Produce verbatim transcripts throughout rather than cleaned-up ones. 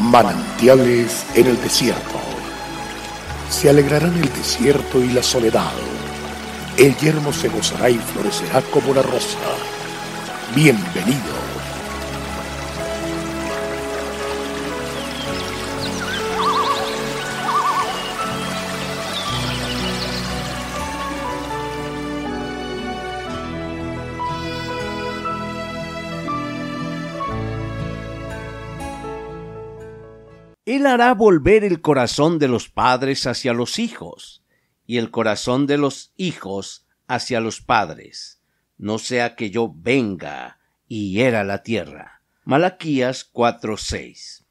Manantiales en el desierto. Se alegrarán el desierto y la soledad. El yermo se gozará y florecerá como la rosa. Bienvenido. Él hará volver el corazón de los padres hacia los hijos, y el corazón de los hijos hacia los padres, no sea que yo venga y hiera la tierra. Malaquías cuatro seis.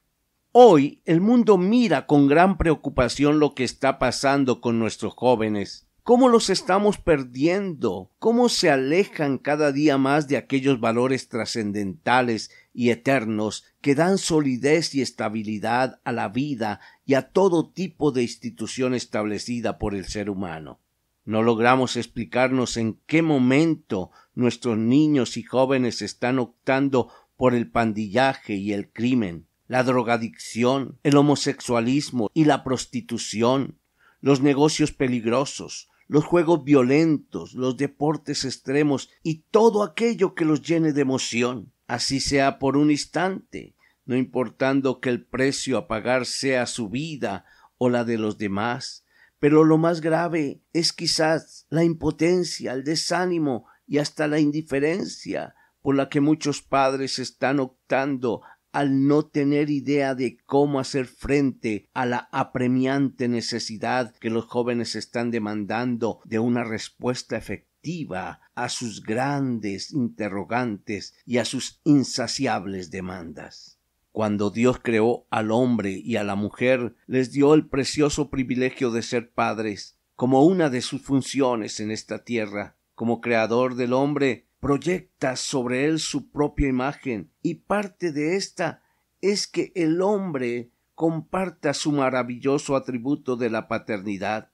Hoy el mundo mira con gran preocupación lo que está pasando con nuestros jóvenes. ¿Cómo los estamos perdiendo? ¿Cómo se alejan cada día más de aquellos valores trascendentales y eternos que dan solidez y estabilidad a la vida y a todo tipo de institución establecida por el ser humano? No logramos explicarnos en qué momento nuestros niños y jóvenes están optando por el pandillaje y el crimen, la drogadicción, el homosexualismo y la prostitución, los negocios peligrosos, los juegos violentos, los deportes extremos y todo aquello que los llene de emoción, así sea por un instante, no importando que el precio a pagar sea su vida o la de los demás. Pero lo más grave es quizás la impotencia, el desánimo y hasta la indiferencia por la que muchos padres están optando al no tener idea de cómo hacer frente a la apremiante necesidad que los jóvenes están demandando de una respuesta efectiva a sus grandes interrogantes y a sus insaciables demandas. Cuando Dios creó al hombre y a la mujer, les dio el precioso privilegio de ser padres, como una de sus funciones en esta tierra. Como creador del hombre, proyecta sobre él su propia imagen, y parte de esta es que el hombre comparta su maravilloso atributo de la paternidad.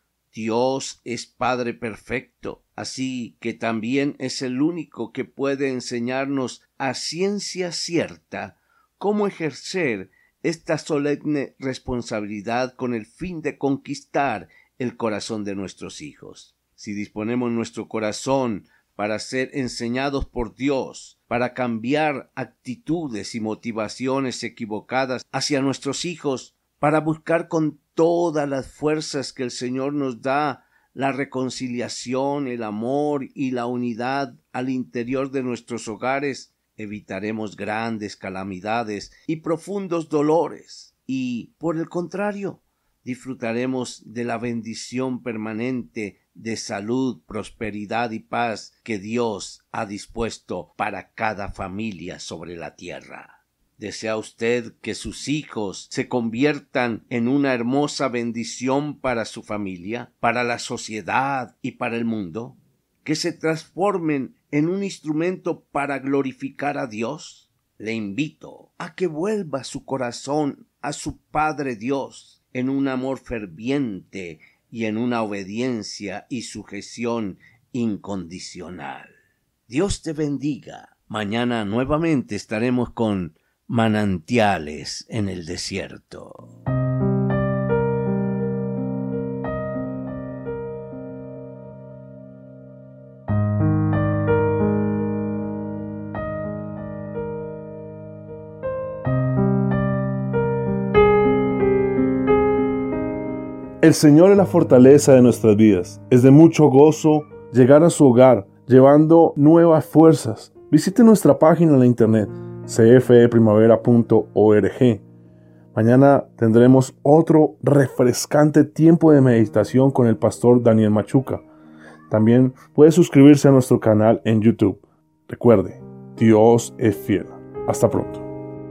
Dios es Padre perfecto, así que también es el único que puede enseñarnos a ciencia cierta cómo ejercer esta solemne responsabilidad con el fin de conquistar el corazón de nuestros hijos. Si disponemos nuestro corazón para ser enseñados por Dios, para cambiar actitudes y motivaciones equivocadas hacia nuestros hijos, para buscar con todas las fuerzas que el Señor nos da la reconciliación, el amor y la unidad al interior de nuestros hogares, evitaremos grandes calamidades y profundos dolores y, por el contrario, disfrutaremos de la bendición permanente de salud, prosperidad y paz que Dios ha dispuesto para cada familia sobre la tierra. ¿Desea usted que sus hijos se conviertan en una hermosa bendición para su familia, para la sociedad y para el mundo? ¿Que se transformen en un instrumento para glorificar a Dios? Le invito a que vuelva su corazón a su Padre Dios en un amor ferviente y en una obediencia y sujeción incondicional. Dios te bendiga. Mañana nuevamente estaremos con Manantiales en el desierto. El Señor es la fortaleza de nuestras vidas. Es de mucho gozo llegar a su hogar, llevando nuevas fuerzas. Visite nuestra página en la internet, c f e primavera punto org. Mañana tendremos otro refrescante tiempo de meditación con el pastor Daniel Machuca. También puede suscribirse a nuestro canal en YouTube. Recuerde, Dios es fiel. Hasta pronto.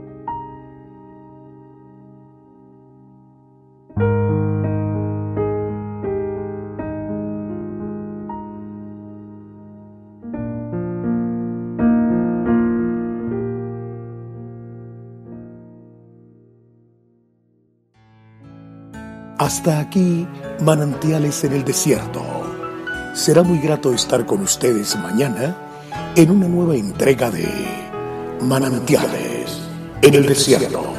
Hasta aquí, Manantiales en el desierto. Será muy grato estar con ustedes mañana en una nueva entrega de Manantiales en el desierto.